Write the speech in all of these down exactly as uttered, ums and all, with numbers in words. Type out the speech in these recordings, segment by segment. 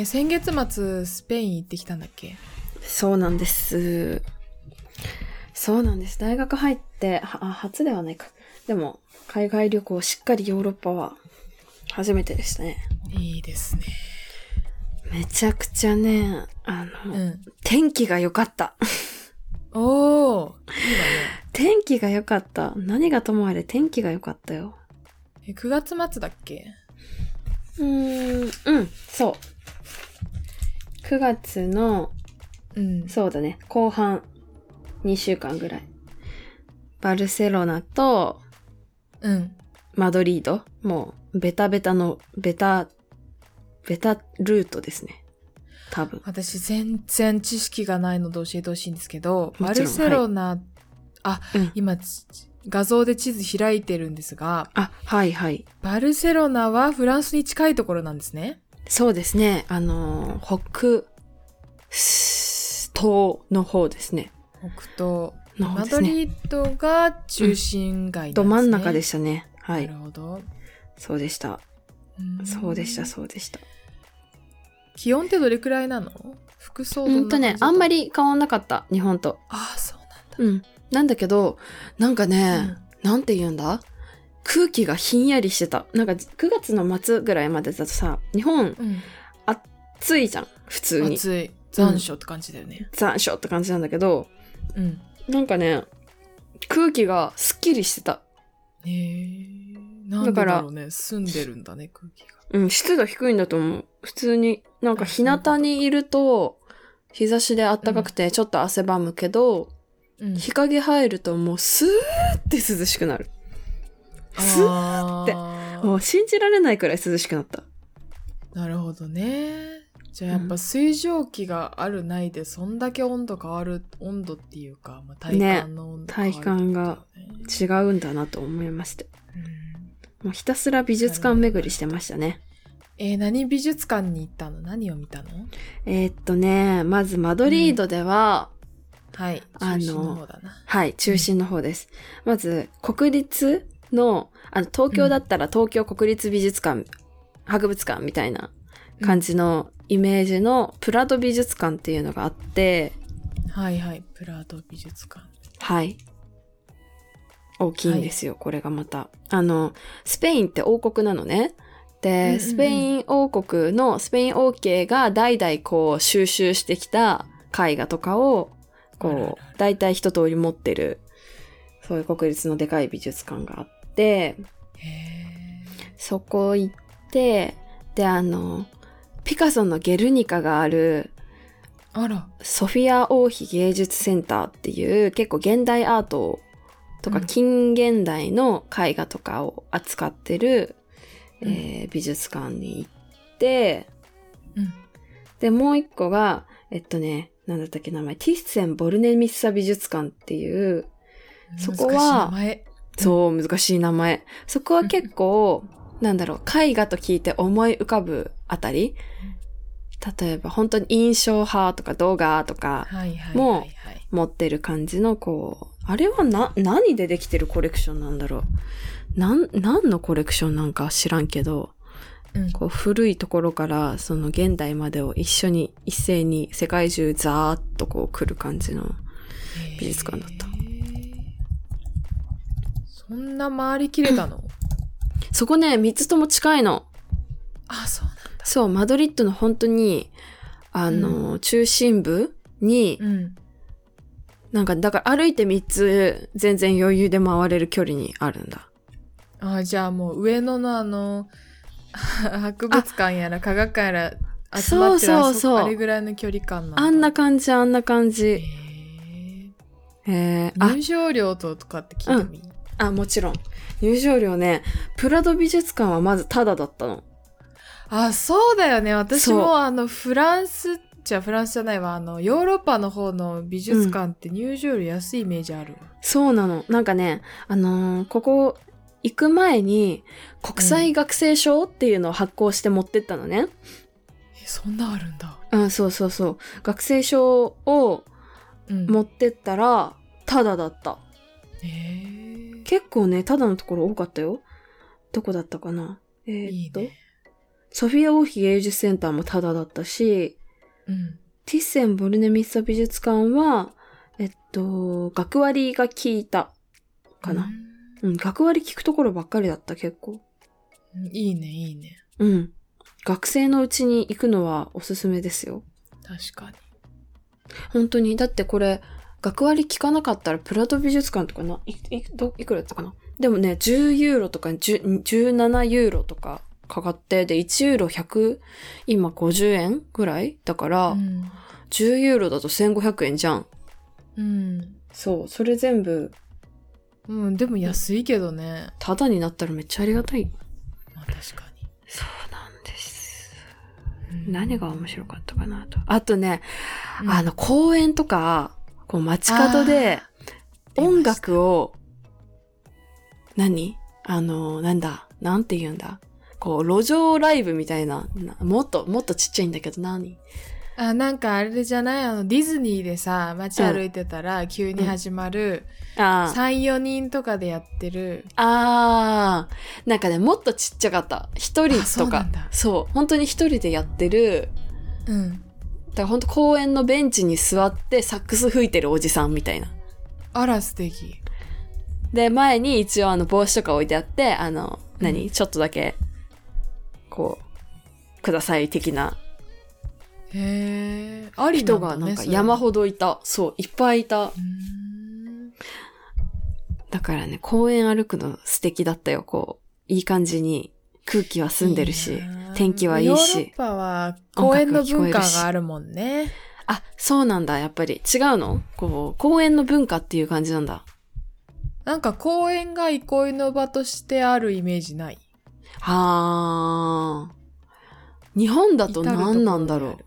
え、先月末スペイン行ってきたんだっけ？ そうなんです。そうなんです。大学入って、は、あ、初ではないか。でも、海外旅行しっかりヨーロッパは初めてでしたね。 いいですね。 めちゃくちゃね、あの、 うん。 天気が良かった。 おー、いいわね。 天気が良かった。何がともあれ天気が良かったよ。 え、くがつ末だっけ？ うーん、うん、そう。くがつの、 うん。 そうだね、後半にしゅうかんぐらい。バルセロナとうん。 マドリード、もうベタベタのベタベタルートですね。多分。 私全然知識がないので教えてほしいんですけど、 もちろんバルセロナ、はい、あ、 うん、 今画像で地図開いてるんですが、 あ、はいはい。 バルセロナはフランスに近いところなんですね。 そうですね。あの北東の方ですね。 北東。 の方ですね。 マドリードが中心街なんですね。 ど真ん中でしたね。はい。 なるほど。 そうでした。そうでした、そうでした。 気温ってどれくらいなの？服装どんな感じだった？ うんとね、あんまり変わんなかった、日本と。 ああ、そうなんだ。 うん。なんだけど、なんかね、うん、なんて言うんだ？空気がひんやりしてた。なんかくがつの末ぐらいまでだとさ、日本、うん、暑いじゃん、普通に。 暑い。残暑って感じだよね。うん、 残暑って感じなんだけど、 うん。 なんかね、空気がすっきりしてた。 へー。なんでだろうね。澄んでるんだね、空気が。 うん、湿度低いんだと思う。普通に、なんか日向にいると、日差しで暖かくてちょっと汗ばむけど、うん、日陰入るともうスーって涼しくなる。スーって。もう信じられないくらい涼しくなった。 なるほどね。じゃあやっぱ水蒸気があるないでそんだけ温度変わる、温度っていうか、まあ、体感の温度変わる、ね、 体感が違うんだなと思いまして、うん、もうひたすら美術館巡りしてましたね。 えー、何美術館に行ったの？何を見たの？ えー、っとねまずマドリードでは、 うん、はい中心の方だな。 はい中心の方です、うん、まず国立のあの東京だったら東京国立美術館、うん、博物館みたいな感じのイメージのプラド美術館っていうのがあって、 はいはいプラド美術館、 はい大きいんですよ、はい、これがまたあのスペインって王国なのね。で、うんうんうん、スペイン王国のスペイン王家が代々こう収集してきた絵画とかをこう大体一通り持ってるそういう国立のでかい美術館があって、へそこ行ってであのピカソのゲルニカがあるあらソフィア王妃芸術センターっていう結構現代アートとか近現代の絵画とかを扱ってる、うんえー、美術館に行って、うん、でもう一個がえっとねなんだったっけ名前ティッセン・ボルネミッサ美術館っていうそこは難しい名前、 うん、そう難しい名前そこは結構なんだろう絵画と聞いて思い浮かぶあたり、例えば本当に印象派とか動画とかも持ってる感じのこうあれはな何でできてるコレクションなんだろうなん何のコレクションなんか知らんけど、うん、こう古いところからその現代までを一緒に一斉に世界中ザーッとこう来る感じの美術館だった。 そんな回りきれたの？ そこねみっつとも近いの。 あ、そうなんだ。 そうマドリッドの本当にあの、うん、中心部に、うん、なんかだから歩いてみっつ全然余裕で回れる距離にあるんだ。 あ、じゃあもう上野のあの博物館やら科学館やら集まってるそうそうそうあれぐらいの距離感なんだ。 あんな感じあんな感じ。へえー、入場料とかって聞いてもいい？ うん、あもちろん入場料ねプラド美術館はまずタダだったの。 あそうだよね私もあのフランスじゃフランスじゃないわあのヨーロッパの方の美術館って入場料安いイメージある、うん、 そうなのなんかねあのー、ここ行く前に国際学生証っていうのを発行して持ってったのね、うん、えそんなあるんだ。 うんそうそうそう学生証を持ってったらタダだった、 うん、へ結構ねタダのところ多かったよ。どこだったかなえー、っといい、ね、 ソフィア王妃芸術センターもタダだったし、 うん、 ティッセンボルネミッサ美術館は、えっと、学割が効いたかな。うん、うん、学割効くところばっかりだった結構。 いいね、いいね。 うん。学生のうちに行くのはおすすめですよ。 確かに。 本当に。だってこれ、学割効かなかったらプラド美術館とかな、い、い、ど、いくらだったかな。でもね、じゅうユーロとかじゅう、じゅうななユーロとかかかって、で、いちユーロひゃく、今ごじゅうえんぐらいだから、うん、じゅうユーロだとせんごひゃくえんじゃん。 うん。 そう、それ全部。 うん、でも安いけどね。 タダになったらめっちゃありがたい。 まあ確かに。 そうなんです。うん、何が面白かったかなと。あとね、うん、あの、公園とか、こう街角で音楽を、何あの、なんだなんて言うんだこう、路上ライブみたいな、もっと、もっとちっちゃいんだけど何あ、なんかあれじゃないあの、ディズニーでさ、街歩いてたら急に始まる、うん、あさん、よにんとかでやってる。 あー、なんかね、もっとちっちゃかった。一人とか。そうなんだ。そう。本当に一人でやってる。 うん。 だから本当公園のベンチに座ってサックス吹いてるおじさんみたいな。 あら、素敵。 で、前に一応あの帽子とか置いてあって、あの、何、うん、ちょっとだけ、こう、ください的な。 へー。ありなんだね。 人がなんか山ほどいた。そう、いっぱいいた。だからね、公園歩くの素敵だったよ。こう、いい感じに空気は澄んでるし、いい天気はいいし。 ヨーロッパは公園の文化があるもんね。 あ、そうなんだ。やっぱり違うの？こう、公園の文化っていう感じなんだ。 なんか公園が憩いの場としてあるイメージない？ はー。日本だと何なんだろう。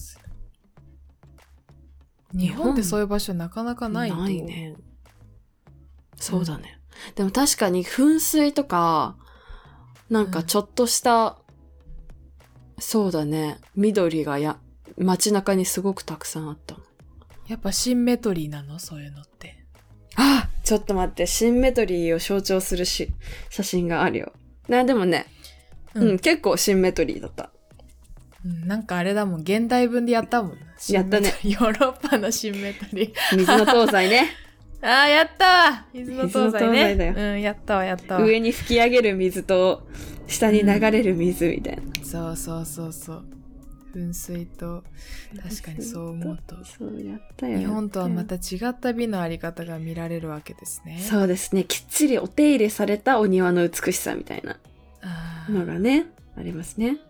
日本ってそういう場所なかなかないと思う。 ないね。そうだね。うん、でも確かに噴水とか、なんかちょっとした、うん、そうだね。緑がや、街中にすごくたくさんあったの。 やっぱシンメトリーなの？そういうのって。 あ、ちょっと待って。シンメトリーを象徴するし、写真があるよ。な、でもね、うん、うん、結構シンメトリーだった。 うん、なんかあれだもん、現代文でやったもん。 やったね。 ヨーロッパのシンメトリー。 水の東西ね。 ああ、やったわ水の東西ね。水の東西だよ。うん、やったわ、やったわ。 上に吹き上げる水と、下に流れる水みたいな。 うん、そうそうそうそう。噴水と、確かにそう思うと。 そうやったよ。 日本とはまた違った美のあり方が見られるわけですね。 そうですね。きっちりお手入れされたお庭の美しさみたいなのがね、ありますね。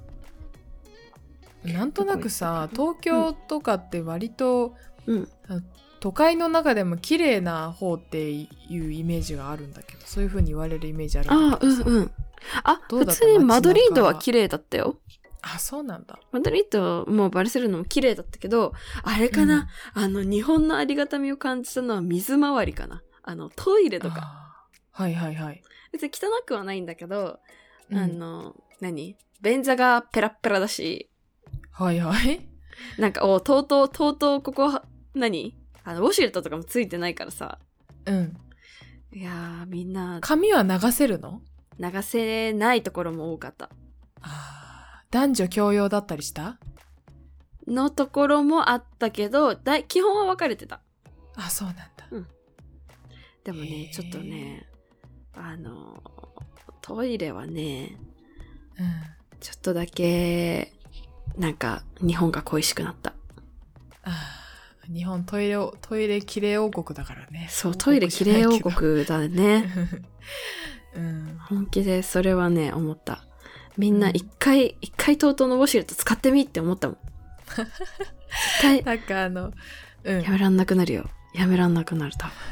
なんとなくさ、東京とかって割と、 うん、 都会の中でも綺麗な方っていうイメージがあるんだけど、そういう風に言われるイメージあるんだけどさ。 あ、うんうん。あ、普通にマドリードは綺麗だったよ。 あ、そうなんだ。 マドリードもバルセロナも綺麗だったけど、あれかな、うん、あの、日本のありがたみを感じたのは水回りかな。あの、トイレとか。 はいはいはい。 別に汚くはないんだけど、うん、あの、何便座がペラッペラだし、 はいはい。 なんか、お、とうとう、とうとう、ここ、何あの、ウォシュレットとかもついてないからさ。 うん。 いやー、みんな。 髪は流せるの？ 流せないところも多かった。 あー、男女共用だったりした？ のところもあったけど、だい基本は分かれてた。 あ、そうなんだ。 うん。でもね、ちょっとね、あの、トイレはね、 うん、 ちょっとだけ、なんか、日本が恋しくなった。 ああ、日本トイレ、トイレきれい王国だからね。 そう、トイレきれい王国だね。 うん、 本気でそれはね、思った。みんな一回、一、うん、回 トートーのウォシュレット使ってみって思ったもん。絶対。 なんかあの、うん。 やめらんなくなるよ。やめらんなくなる、多分。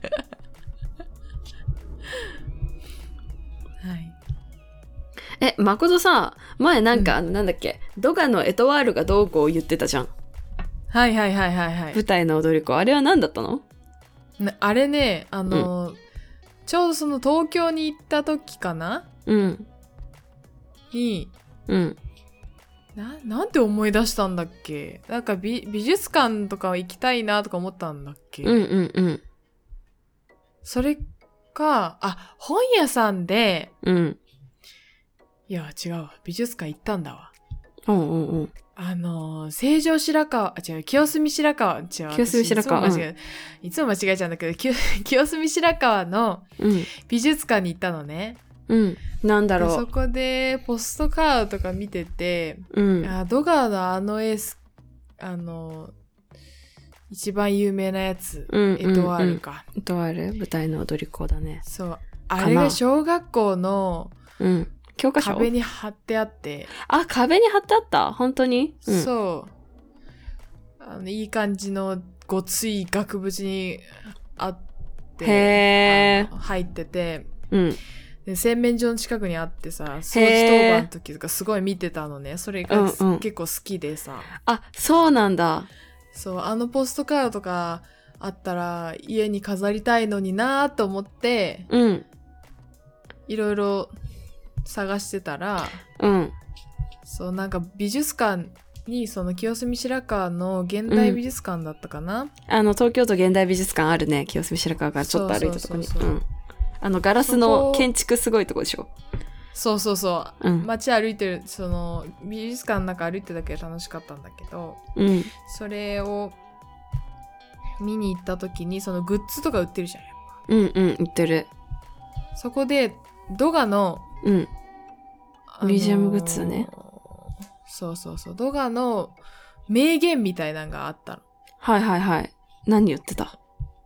はい。 え、誠さ、前なんか、うん、なんだっけ、ドガのエトワールがどうこう言ってたじゃん。 はいはいはいはいはい。 舞台の踊り子。あれは何だったの？ あれね、あの、うん、ちょうどその東京に行った時かな？ うん。 に、 うん。 な、なんて思い出したんだっけ？なんか美、美術館とか行きたいなとか思ったんだっけ？ うんうんうん。 それか、あ、本屋さんで、 うん。 いや、違うわ。美術館行ったんだわ。 うんうんうん。 あのー、成城白川、あ、違う、清澄白河、違う。 清澄白河。 いつも間違え、うん、いつも間違えちゃうんだけど、清澄白河の美術館に行ったのね。 うん。なんだろう。 そこでポストカードとか見てて、 うん。 あ、ドガのあの絵、あの、一番有名なやつ、うんうんうん、エトワールか。 エトワール舞台の踊り子だね。 そう。あれが小学校の、 うん。教科書壁に貼ってあって。 あ、壁に貼ってあった本当に、 うん、そう。あの、いい感じのごつい額縁にあって、 へー。 入ってて、 うん。 で洗面所の近くにあってさ、掃除当番の時とかすごい見てたのね。それが、うんうん、結構好きでさ。 あ、そうなんだ。 そう、あのポストカードとかあったら家に飾りたいのになと思って、 うん。 いろいろ探してたら、 うん。 そう、なんか美術館に、その清澄白河の現代美術館だったかな、うん、 あの、東京都現代美術館あるね。清澄白河からちょっと歩いたとこに。そうそうそうそう、うん。あの、ガラスの建築すごいとこでしょ。 そうそうそう。 うん、 街歩いてる、その、美術館の中歩いてるだけで楽しかったんだけど、 うん。 それを見に行った時に、そのグッズとか売ってるじゃん。 うんうん、売ってる。 そこで、ドガの、 うん。ミュージアムグッズね。 そうそうそう。ドガの名言みたいなのがあったの。 はいはいはい。何言ってた？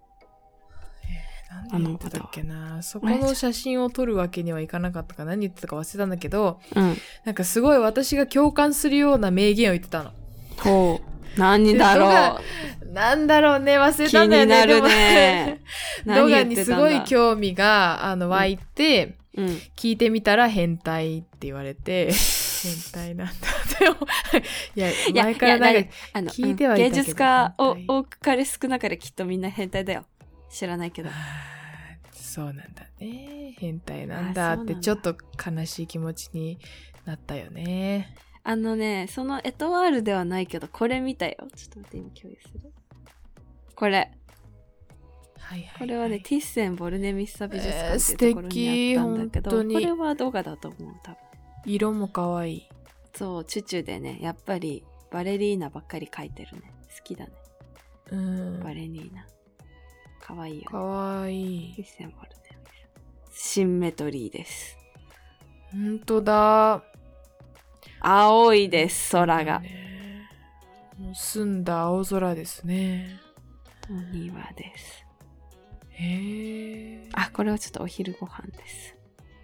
えー、何言ってたっけな。そこの写真を撮るわけにはいかなかったか何言ってたか忘れたんだけど、 うん、 なんかすごい私が共感するような名言を言ってたの。 ほう。何だろう。なんだろうね、忘れたんだよね。 気になるね。 ドガにすごい興味があの湧いて、 うん、 聞いてみたら変態って言われて、変態なんだって思う。いや、前からなんか聞いてはいたけど。 芸術家を多かれ少なかれきっとみんな変態だよ。知らないけど。 そうなんだね。変態なんだってちょっと悲しい気持ちになったよね。 あのね、そのエトワールではないけど、これ見たよ。ちょっと待って、今共有する。これ。 はいはいはい、 これはね、ティッセン・ボルネミッサ美術館っていうところにあったんだけど、えー、これは動画だと思う、多分。 色も可愛い。 そう、チュチュでね、やっぱりバレリーナばっかり描いてるね。好きだね。 うん。 バレリーナ。可愛いよね。 可愛い。 ティッセン・ボルネミッサ。シンメトリーです。 ほんとだ。 青いです、空が。 ね、もう澄んだ青空ですね。 お庭です。 へー。 あ、これはちょっとお昼ご飯です。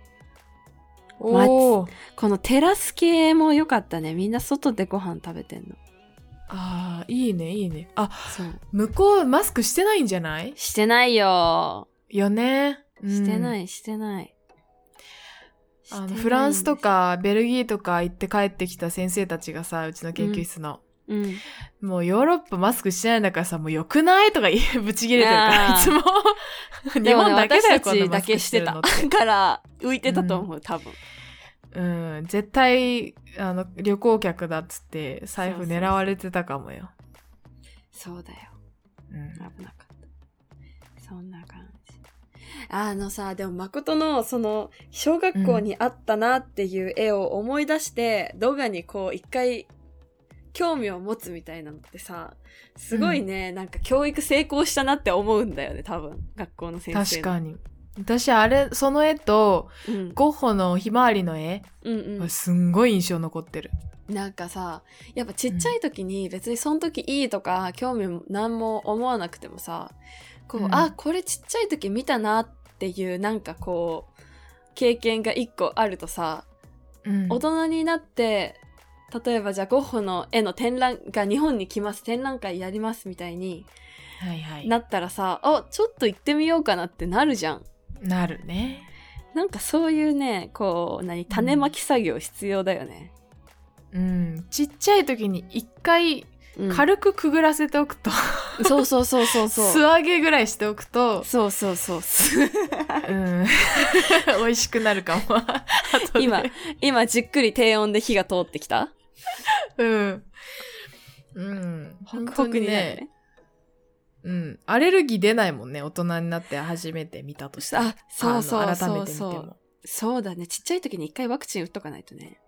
おー。 このテラス系も良かったね。みんな外でご飯食べてんの。 あー、いいね、いいね。あ、 そう。 向こうマスクしてないんじゃない？ してないよ。 よね。 うん、してない、してない。 あのフランスとかベルギーとか行って帰ってきた先生たちがさ、うちの研究室の、 うんうん、 もうヨーロッパマスクしてないんだからさ、もう良くないとかぶち切れてるからいつも日本だけだよ、こんなマスクしてるのって。 だから浮いてたと思う、うん、多分。 うん、絶対あの旅行客だっつって財布狙われてたかもよ。 そうだよ。 うん、 危なかった。そんな感じ。あのさ、でも誠のその小学校にあったなっていう絵を思い出して、うん、動画にこう一回興味を持つみたいなのってさ、すごいね、うん、なんか教育成功したなって思うんだよね、多分学校の先生の。 確かに。私あれその絵と、うん、ゴッホのひまわりの絵、 うんうん、 すんごい印象残ってる。 なんかさ、やっぱちっちゃい時に別にその時いいとか興味も何も思わなくてもさ、こう、うん、あ、これちっちゃい時見たなっていうなんかこう経験が一個あるとさ、うん、大人になって例えばじゃあゴッホの絵の展覧が日本に来ます、展覧会やりますみたいに、 はいはい、 なったらさ、あ、ちょっと行ってみようかなってなるじゃん。 なるね。 なんかそういうね、こう何種まき作業必要だよね。 うん、うん、ちっちゃい時に一回軽くくぐらせておくと、 うん、そうそうそうそうそう素揚げぐらいしておくと、 そうそうそううん、美味しくなるかも。 今今じっくり低温で火が通ってきた。 うんうんホクホクになるね。 うん、アレルギー出ないもんね、大人になって初めて見たとして。 あ、そうそうそうそう、 改めて見ても。 そうだね。ちっちゃい時に一回ワクチン打っとかないとね。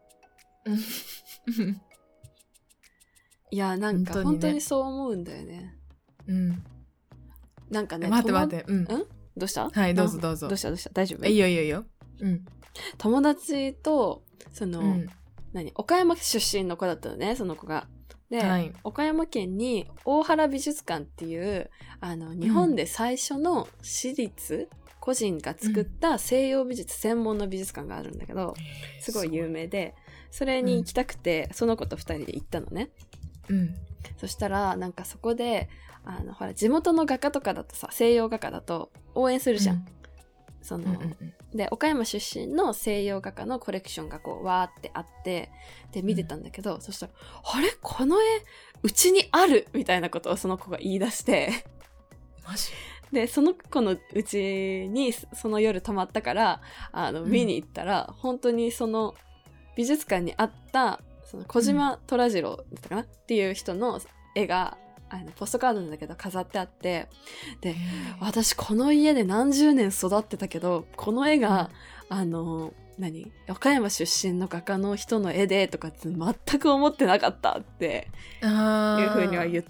いや、なんか本当に、ね、本当にそう思うんだよね。 うん。 なんかね、 待って待って、うん。 んどうした？ はい、どうぞどうぞ。 どうしたどうした大丈夫？ いいよいいよいいよ。うん。 友達と、その、うん、何岡山出身の子だったのね、その子が。で、はい、岡山県に大原美術館っていう、あの、日本で最初の私立、うん、個人が作った西洋美術専門の美術館があるんだけど、うん、すごい有名で、それに行きたくて、うん、その子と二人で行ったのね。うん。そしたら、なんかそこで、あの、ほら、地元の画家とかだとさ、西洋画家だと応援するじゃん。うん、その、うんうんうん、で、岡山出身の西洋画家のコレクションがこう、わーってあって、で、見てたんだけど、うん、そしたら、あれこの絵、うちにあるみたいなことをその子が言い出して。 マジ？ で、その子のうちに、その夜泊まったから、あの、見に行ったら、うん、本当にその、美術館にあった、その小島虎次郎だったかな、うん、っていう人の絵が、あのポストカードなんだけど飾ってあって、で、私この家で何十年育ってたけど、この絵が、うん、あの、何岡山出身の画家の人の絵でとかって全く思ってなかったっていう風には言って、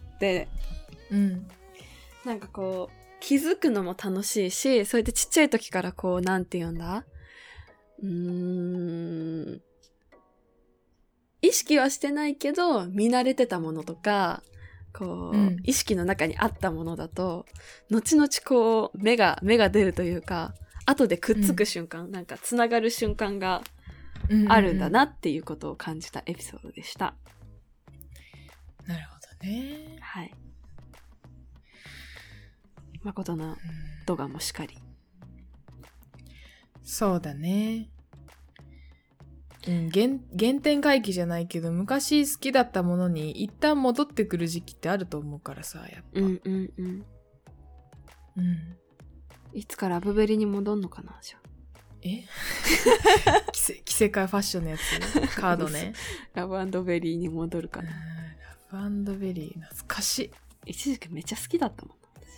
うん、なんかこう、気づくのも楽しいし、そうやってちっちゃい時からこう、なんて言うんだうーん、意識はしてないけど、見慣れてたものとか、こう、うん、意識の中にあったものだと、後々こう、目が、目が出るというか、後でくっつく瞬間、うん、なんかつながる瞬間があるんだなっていうことを感じたエピソードでした。 なるほどね。 はい。誠の動画もしかり。 そうだね。うん、原, 原点回帰じゃないけど、昔好きだったものに一旦戻ってくる時期ってあると思うからさ、やっぱ。 うんうんうん。うん。いつかラブベリーに戻んのかな、じゃあ。 え着せ替えファッションのやつカードね。 ラブ&ベリーに戻るかな。 ラブ&ベリー、懐かしい。 一時期めっちゃ好きだったもんな、私。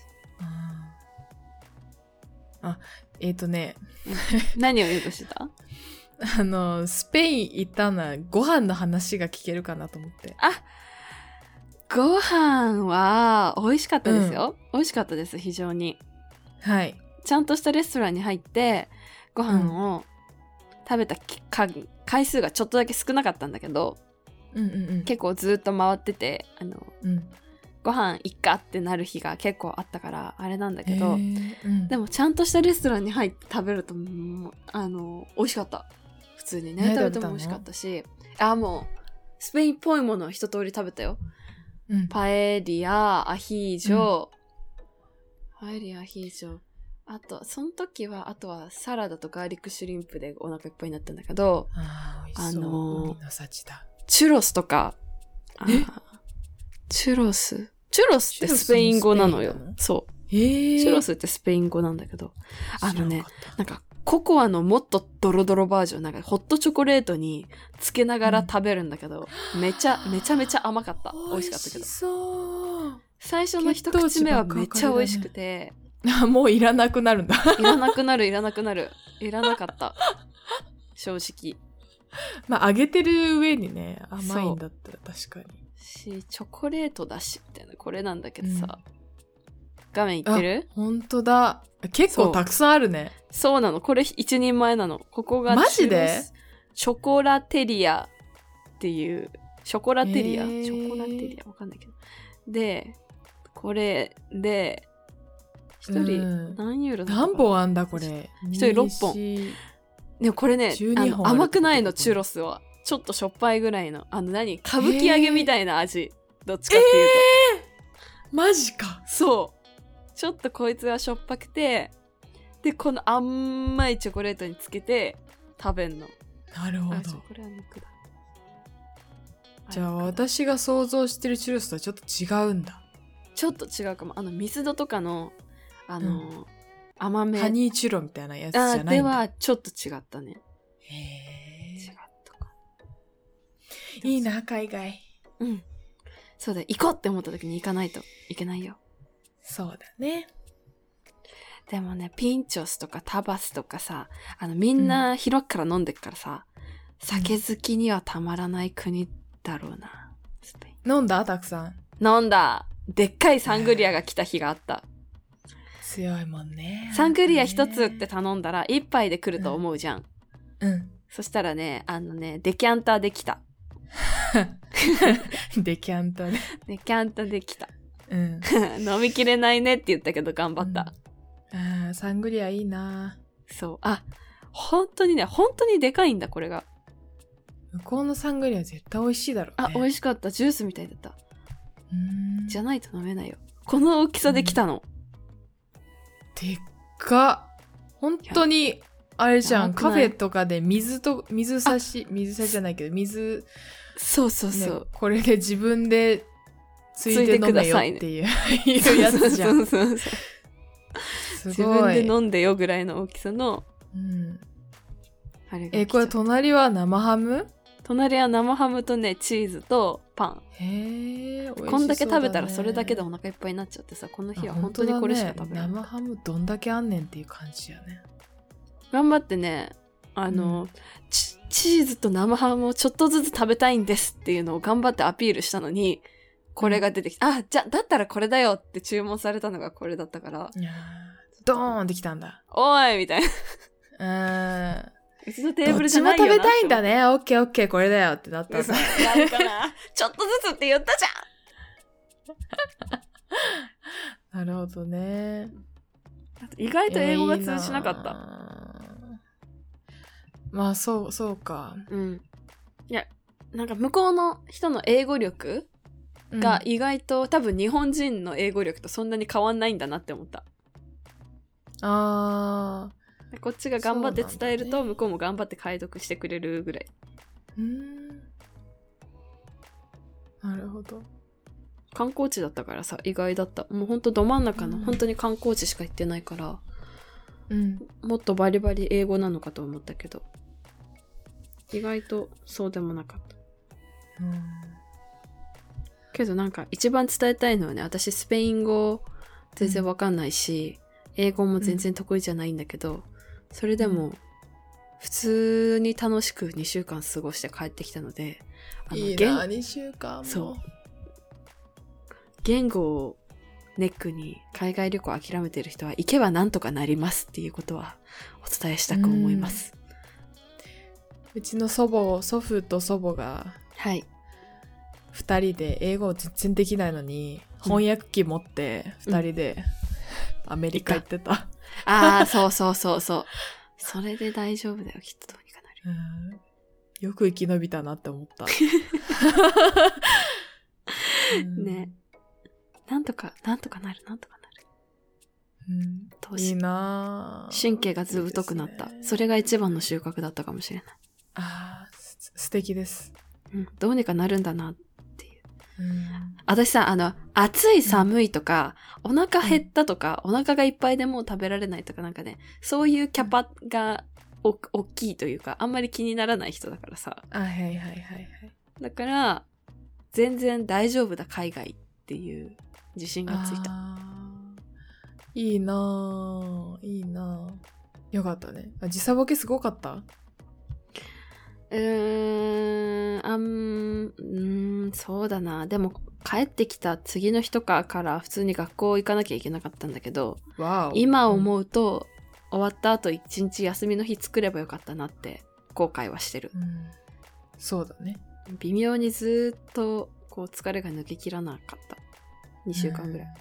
あ、あえっ、ー、とね。 何を言うとしてた？ あの、スペイン行ったのはご飯の話が聞けるかなと思って。 あ、ご飯は美味しかったですよ。うん、美味しかったです、非常に。 はい。 ちゃんとしたレストランに入って、ご飯を食べたか回数がちょっとだけ少なかったんだけど、うんうんうん、結構ずっと回ってて、あの、うん、ご飯いっかってなる日が結構あったから、あれなんだけど、うん、でもちゃんとしたレストランに入って食べると、あの、美味しかった。普通にね、食べても美味しかったし、あ、もう、スペインっぽいものを一通り食べたよ。うん、パエリア、アヒージョ、うん、パエリア、アヒージョ、あと、その時は、あとはサラダとガーリックシュリンプでお腹いっぱいになったんだけど、 あ, あの、海の幸だ。 チュロスとか、あチュロスチュロスってスペイン語なのよ。そう。チュロスってスペイン語なんだけど、あのね、なんか、ココアのもっとドロドロバージョン、なんかホットチョコレートにつけながら食べるんだけど、うん、めちゃ、めちゃめちゃ甘かった。美味しかったけど。 そう。 最初の一口目はめっちゃ美味しくて、 あ、もういらなくなるんだ。 いらなくなる、いらなくなる。いらなかった。正直。 まあ、揚げてる上にね、甘いんだったら確かに。 し、チョコレートだし、みたいな。これなんだけどさ。うん、画面いってる？ ほんとだ。結構たくさんあるね。 そう、そうなの。これ一人前なの。ここがマジで？ ショコラテリアっていう、ショコラテリア、ショコラテリアわかんないけど。で、これで、一人何ユーロだったかな？ 何本あんだこれ。 一人ろっぽん。でもこれね、あの甘くないの、チュロスは。ちょっとしょっぱいぐらいの。あの何？歌舞伎揚げみたいな味。どっちかっていうと。 えー、マジか。 そう。ちょっとこいつはしょっぱくて、で、この甘いチョコレートにつけて食べんの。 なるほど。 これは肉だ。 じゃあ私が想像してるチュロスとはちょっと違うんだ。 ちょっと違うかも。あの、ミスドとかの、あの、うん、甘め。 ハニーチュロみたいなやつじゃないんだ。 では、ちょっと違ったね。 へー。 違ったか。 いいな、海外。 うん。そうだ、行こうって思った時に行かないといけないよ。 そうだね。 でもね、ピンチョスとかタバスとかさ、あのみんな広くから飲んでっからさ、うん、酒好きにはたまらない国だろうな。スペイン。 飲んだたくさん。 飲んだ。でっかいサングリアが来た日があった。 強いもんね。 サングリア一つって頼んだら一杯で来ると思うじゃん。 うん。うん、 そしたらね、あのね、デキャンターできた。 デキャンターで。 デキャンターできた。 うん。 飲みきれないねって言ったけど頑張った。 うん、あサングリアいいな。 そう。あ、本当にね、本当にでかいんだ、これが。 向こうのサングリア絶対美味しいだろうね。 あ、美味しかった。ジュースみたいだった。 うーん。 じゃないと飲めないよ。この大きさで来たの。 うん、でっか。本当に、あれじゃん。カフェとかで水と、水差し、水差しじゃないけど、水。 そうそうそう。 ね、これで自分でついて飲めよっていう、ね、いうやつじゃん。そうそうそうそう。すごい。 自分で飲んでよぐらいの大きさの。 うん。 あれがえ、これ隣は生ハム？ 隣は生ハムとね、チーズとパン。 へえ、美味しそうだね。 こんだけ食べたらそれだけでお腹いっぱいになっちゃってさ、この日は本当にこれしか食べない。 ね、生ハムどんだけあんねんっていう感じやね。 頑張ってね、あの、うん、チ、チーズと生ハムをちょっとずつ食べたいんですっていうのを頑張ってアピールしたのに、これが出てきて、うん、あ、じゃ、だったらこれだよって注文されたのがこれだったから。 いやドーンってきたんだ。 おいみたいな。うん。うちのテーブルじゃないよな。どっちも食べたいんだね。オッケーオッケー、これだよってなったんだ。 なんかな。ちょっとずつって言ったじゃん。なるほどね。 意外と英語が通じなかった。えー、まあ、そう、そうか。 うん。いや、なんか向こうの人の英語力が意外と、うん、多分日本人の英語力とそんなに変わんないんだなって思った。 あー。 こっちが頑張って伝えると、向こうも頑張って解読してくれるぐらい。 うーん。なるほど。 観光地だったからさ、意外だった。もうほんとど真ん中の、うん、本当に観光地しか行ってないから、 うん、 もっとバリバリ英語なのかと思ったけど、意外とそうでもなかった。 うん、 けどなんか一番伝えたいのはね、私スペイン語全然わかんないし、うん、英語も全然得意じゃないんだけど、うん、それでも普通に楽しくにしゅうかん過ごして帰ってきたので、 あのいいなにしゅうかんも。 そう。言語をネックに海外旅行諦めてる人は行けばなんとかなりますっていうことはお伝えしたく思います。 う, うちの祖母、祖父と祖母がはい二人で英語全然できないのに、うん、翻訳機持って二人で、うん、アメリカ行ってた。 ああ、そうそうそうそう。それで大丈夫だよ、きっとどうにかなる。 うん、よく生き延びたなって思った。 うん、ね。なんとか、なんとかなる、なんとかなる。 うん、いいなぁ。 神経がずぶとくなった、ね。それが一番の収穫だったかもしれない。 ああ、素敵です。 うん、どうにかなるんだなっていう。 うん、 私さ、あの、暑い寒いとか、うん、お腹減ったとか、うん、お腹がいっぱいでもう食べられないとかなんかね、そういうキャパがお大きいというか、あんまり気にならない人だからさ。 あ、はいはいはいはい。 だから、全然大丈夫だ、海外っていう自信がついた。 いいなぁ、いいなぁ。よかったね。あ、時差ボケすごかった？ うーん、あん、うーん、そうだな。でも、帰ってきた次の日とかから普通に学校行かなきゃいけなかったんだけど、今思うと、うん、終わった後一日休みの日作ればよかったなって後悔はしてる。 うん、そうだね。 微妙にずっとこう疲れが抜けきらなかった。にしゅうかんぐらい。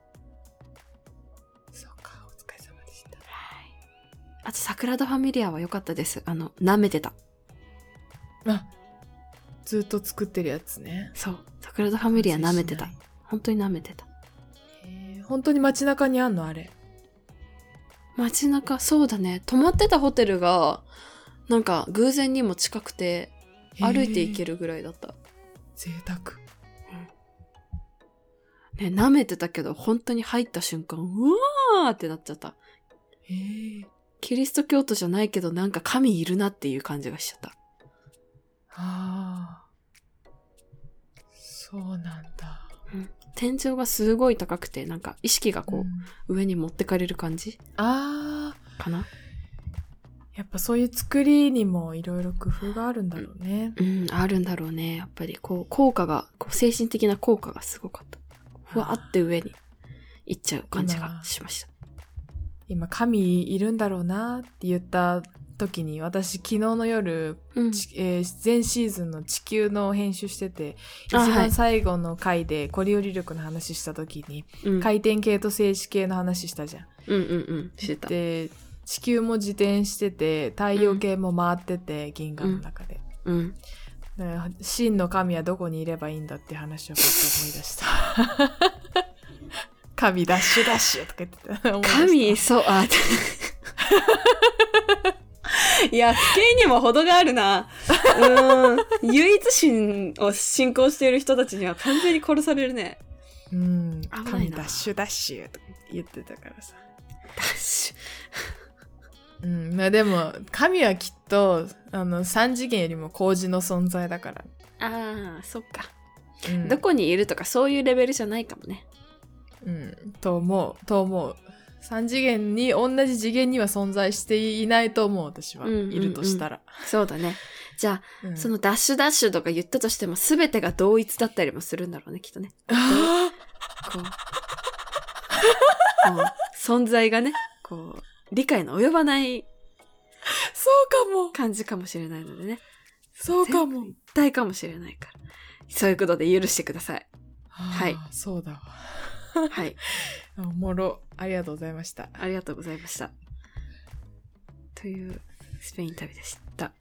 うん、そうか、お疲れ様でした。はい。 あと、サグラダ・ファミリアは良かったです。あの、舐めてた。 あ、ずっと作ってるやつね。 そう。サグラダ・ファミリア舐めてた。本当に舐めてた。 へー、本当に街中にあんのあれ。 街中、そうだね。泊まってたホテルが、なんか偶然にも近くて、歩いて行けるぐらいだった。 贅沢。 ね、舐めてたけど、本当に入った瞬間、うわーってなっちゃった。 へー。 キリスト教徒じゃないけど、なんか神いるなっていう感じがしちゃった。 ああ。そうなんだ。 うん、天井がすごい高くて、なんか意識がこう、うん、上に持ってかれる感じあーかな。 やっぱそういう作りにもいろいろ工夫があるんだろうね。 うん、うん、あるんだろうね。やっぱりこう効果が、こう精神的な効果がすごかった。ふわって上に行っちゃう感じがしました。 今、神いるんだろうなって言った時に、私昨日の夜、うんえー、前シーズンの地球の編集してて、一番最後の回でコリオリ力の話した時に、はい、回転系と静止系の話したじゃん。 うんうんうん、してた。 で、地球も自転してて、太陽系も回ってて、うん、銀河の中で。 うん。 真の神はどこにいればいいんだって話をパッと思い出した。神ダッシュダッシュとか言ってた。 神、そう、あ、いや、不敬にも程があるな。うん。唯一心を信仰している人たちには完全に殺されるね。 うん。神ダッシュダッシュとか言ってたからさ。 ダッシュ。 うん。まあでも、神はきっと、あの、三次元よりも高次の存在だから。 ああ、そっか、うん。どこにいるとかそういうレベルじゃないかもね。 うん。と思う。と思う。三次元に、同じ次元には存在していないと思う、私は。うんうんうん、いるとしたら。 そうだね。じゃあ、うん、そのダッシュダッシュとか言ったとしても、すべてが同一だったりもするんだろうね、きっとね。こう。こう存在がね、こう、理解の及ばないそうかも感じかもしれないのでね。 そうかも。 一体かもしれないから。そういうことで許してください。はい。 そうだわ。 はい。 おもろ。ありがとうございました。 ありがとうございました。というスペイン旅でした。